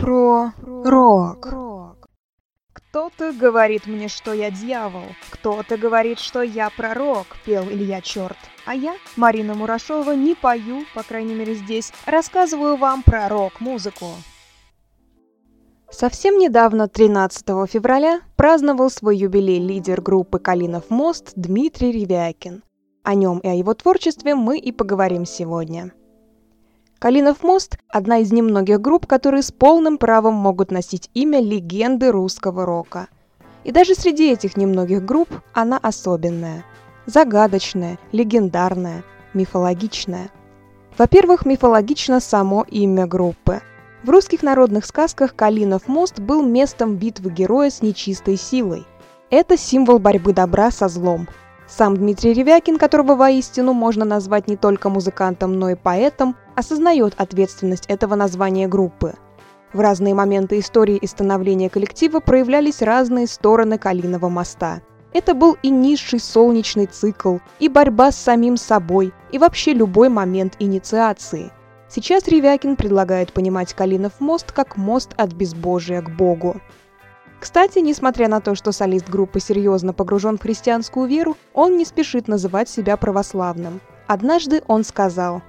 Про рок. Кто-то говорит мне, что я дьявол, кто-то говорит, что я пророк, пел Илья Черт. А я, Марина Мурашова, не пою, по крайней мере здесь, рассказываю вам про рок-музыку. Совсем недавно, 13 февраля, праздновал свой юбилей лидер группы «Калинов мост» Дмитрий Ревякин. О нем и о его творчестве мы и поговорим сегодня. «Калинов мост» — одна из немногих групп, которые с полным правом могут носить имя легенды русского рока. И даже среди этих немногих групп она особенная. Загадочная, легендарная, мифологичная. Во-первых, мифологично само имя группы. В русских народных сказках Калинов мост был местом битвы героя с нечистой силой. Это символ борьбы добра со злом. Сам Дмитрий Ревякин, которого воистину можно назвать не только музыкантом, но и поэтом, осознает ответственность этого названия группы. В разные моменты истории и становления коллектива проявлялись разные стороны Калинова моста. Это был и низший солнечный цикл, и борьба с самим собой, и вообще любой момент инициации. Сейчас Ревякин предлагает понимать Калинов мост как мост от безбожия к Богу. Кстати, несмотря на то, что солист группы серьезно погружен в христианскую веру, он не спешит называть себя православным. Однажды он сказал: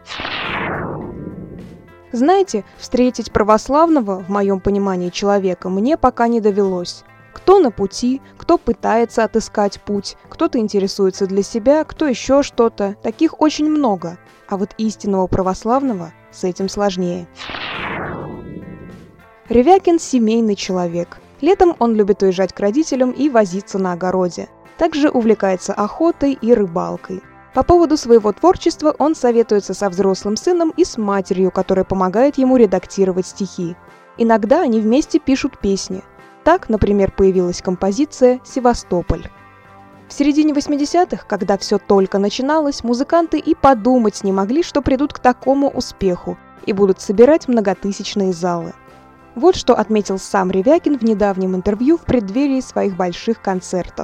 «Знаете, встретить православного, в моем понимании, человека мне пока не довелось. Кто на пути, кто пытается отыскать путь, кто-то интересуется для себя, кто еще что-то. Таких очень много. А вот истинного православного с этим сложнее». Ревякин – семейный человек. Летом он любит уезжать к родителям и возиться на огороде. Также увлекается охотой и рыбалкой. По поводу своего творчества он советуется со взрослым сыном и с матерью, которая помогает ему редактировать стихи. Иногда они вместе пишут песни. Так, например, появилась композиция «Севастополь». В середине 80-х, когда все только начиналось, музыканты и подумать не могли, что придут к такому успеху и будут собирать многотысячные залы. Вот что отметил сам Ревякин в недавнем интервью в преддверии своих больших концертов.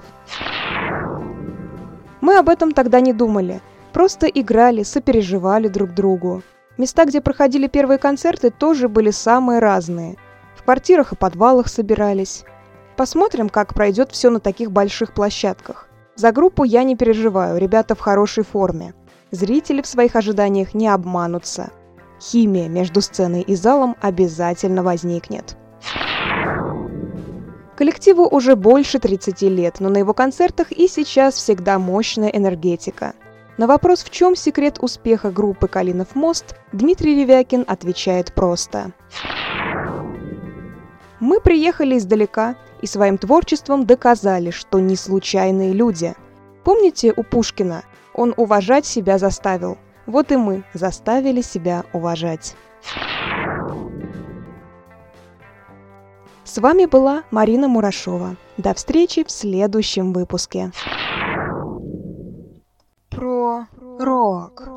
«Мы об этом тогда не думали, просто играли, сопереживали друг другу. Места, где проходили первые концерты, тоже были самые разные. В квартирах и подвалах собирались. Посмотрим, как пройдет все на таких больших площадках. За группу я не переживаю, ребята в хорошей форме. Зрители в своих ожиданиях не обманутся. Химия между сценой и залом обязательно возникнет». Коллективу уже больше 30 лет, но на его концертах и сейчас всегда мощная энергетика. На вопрос, в чем секрет успеха группы «Калинов мост», Дмитрий Ревякин отвечает просто: «Мы приехали издалека и своим творчеством доказали, что не случайные люди. Помните у Пушкина? Он уважать себя заставил. Вот и мы заставили себя уважать». С вами была Марина Мурашова. До встречи в следующем выпуске. Про рок.